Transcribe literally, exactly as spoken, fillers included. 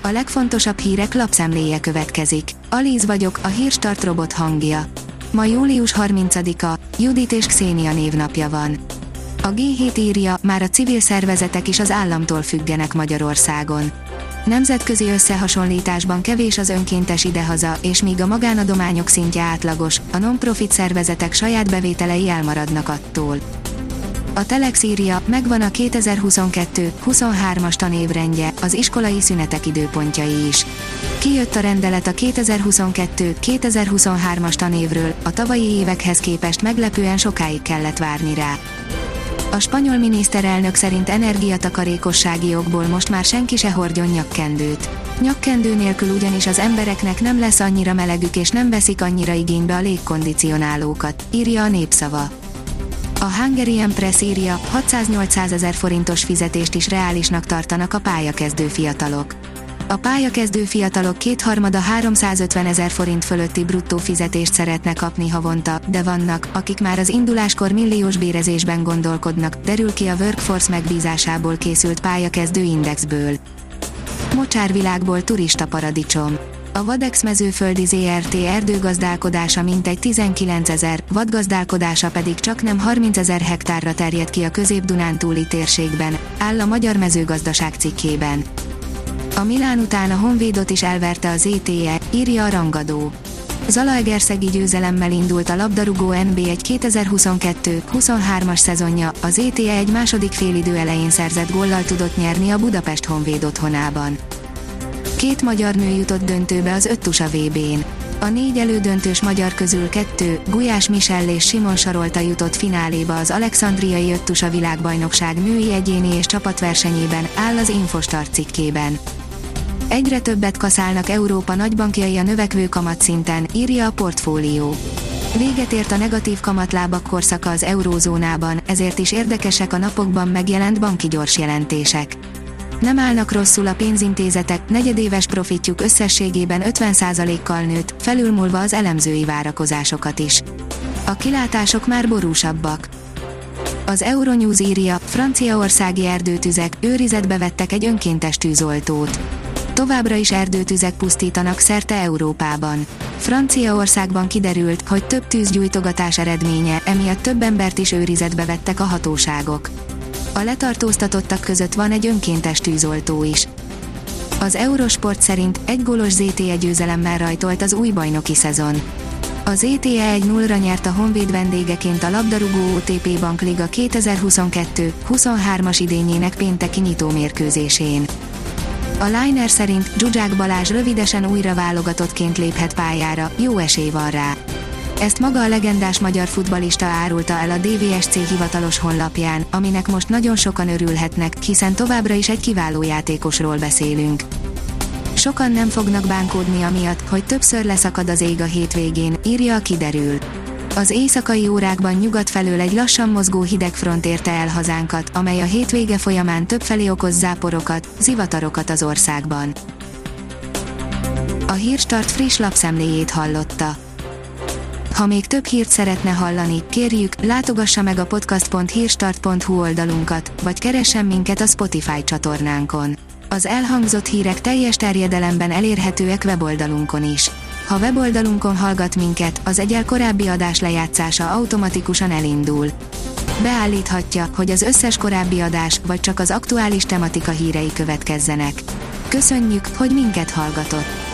A legfontosabb hírek lapszemléje következik. Alíz vagyok, a Hírstart robot hangja. Ma július harmincadika, Judit és Xenia névnapja van. A gé hét írja, már a civil szervezetek is az államtól függenek Magyarországon. Nemzetközi összehasonlításban kevés az önkéntes idehaza, és míg a magánadományok szintje átlagos, a non-profit szervezetek saját bevételei elmaradnak attól. A Telex írja, megvan a kétezer-huszonkettő huszonhármas tanévrendje, az iskolai szünetek időpontjai is. Kijött a rendelet a kétezer-huszonkettő kétezer-huszonhármas tanévről, a tavalyi évekhez képest meglepően sokáig kellett várni rá. A spanyol miniszterelnök szerint energiatakarékossági okból most már senki se hordjon nyakkendőt. Nyakkendő nélkül ugyanis az embereknek nem lesz annyira melegük és nem veszik annyira igénybe a légkondicionálókat, írja a Népszava. A Hungarian Press írja, hatszáz-nyolcszázezer forintos fizetést is reálisnak tartanak a pályakezdő fiatalok. A pályakezdő fiatalok kétharmada háromszázötvenezer forint fölötti bruttó fizetést szeretne kapni havonta, de vannak, akik már az induláskor milliós bérezésben gondolkodnak, derül ki a Workforce megbízásából készült pályakezdő indexből. Mocsárvilágból turista paradicsom. A Vadex Mezőföldi zé er té erdőgazdálkodása mintegy tizenkilencezer, vadgazdálkodása pedig csaknem harmincezer hektárra terjed ki a Közép-Dunántúli térségben, áll a Magyar Mezőgazdaság cikkében. A Milán után a Honvédot is elverte a zé té e, írja a Rangadó. Zalaegerszegi győzelemmel indult a labdarúgó en bé egy kétezer-huszonkettő huszonhármas szezonja, a zé té e egy második félidő elején szerzett góllal tudott nyerni a Budapest Honvéd otthonában. Két magyar nő jutott döntőbe az öttusa vé bén. A négy elődöntős magyar közül kettő, Gulyás Michelle és Simon Sarolta jutott fináléba az Alexandriai öttusa világbajnokság női egyéni és csapatversenyében, áll az Infostart cikkében. Egyre többet kaszálnak Európa nagybankjai a növekvő kamatszinten, írja a Portfólió. Véget ért a negatív kamatlábak korszaka az eurózónában, ezért is érdekesek a napokban megjelent banki gyorsjelentések. Nem állnak rosszul a pénzintézetek, negyedéves profitjuk összességében ötven százalékkal nőtt, felülmúlva az elemzői várakozásokat is. A kilátások már borúsabbak. Az Euronews írja, franciaországi erdőtüzek, őrizetbe vettek egy önkéntes tűzoltót. Továbbra is erdőtüzek pusztítanak szerte Európában. Franciaországban kiderült, hogy több tűzgyújtogatás eredménye, emiatt több embert is őrizetbe vettek a hatóságok. A letartóztatottak között van egy önkéntes tűzoltó is. Az Eurosport szerint egy gólos zé té e győzelemmel rajtolt az új bajnoki szezon. A zé té e egy nullra nyert a Honvéd vendégeként a labdarúgó o té pé Bank Liga kétezer-huszonkettő huszonhármas idényének pénteki nyitómérkőzésén. A Liner szerint Zsuzsák Balázs rövidesen újra válogatottként léphet pályára, jó esély van rá. Ezt maga a legendás magyar futballista árulta el a dé vé es cé hivatalos honlapján, aminek most nagyon sokan örülhetnek, hiszen továbbra is egy kiváló játékosról beszélünk. Sokan nem fognak bánkódni amiatt, hogy többször leszakad az ég a hétvégén, írja a Kiderül. Az éjszakai órákban nyugat felől egy lassan mozgó hidegfront érte el hazánkat, amely a hétvége folyamán többfelé okoz záporokat, zivatarokat az országban. A Hírstart friss lapszemléjét hallotta. Ha még több hírt szeretne hallani, kérjük, látogassa meg a podcast pont hírstart pont hu oldalunkat, vagy keressen minket a Spotify csatornánkon. Az elhangzott hírek teljes terjedelemben elérhetőek weboldalunkon is. Ha weboldalunkon hallgat minket, az egyel korábbi adás lejátszása automatikusan elindul. Beállíthatja, hogy az összes korábbi adás, vagy csak az aktuális tematika hírei következzenek. Köszönjük, hogy minket hallgatott!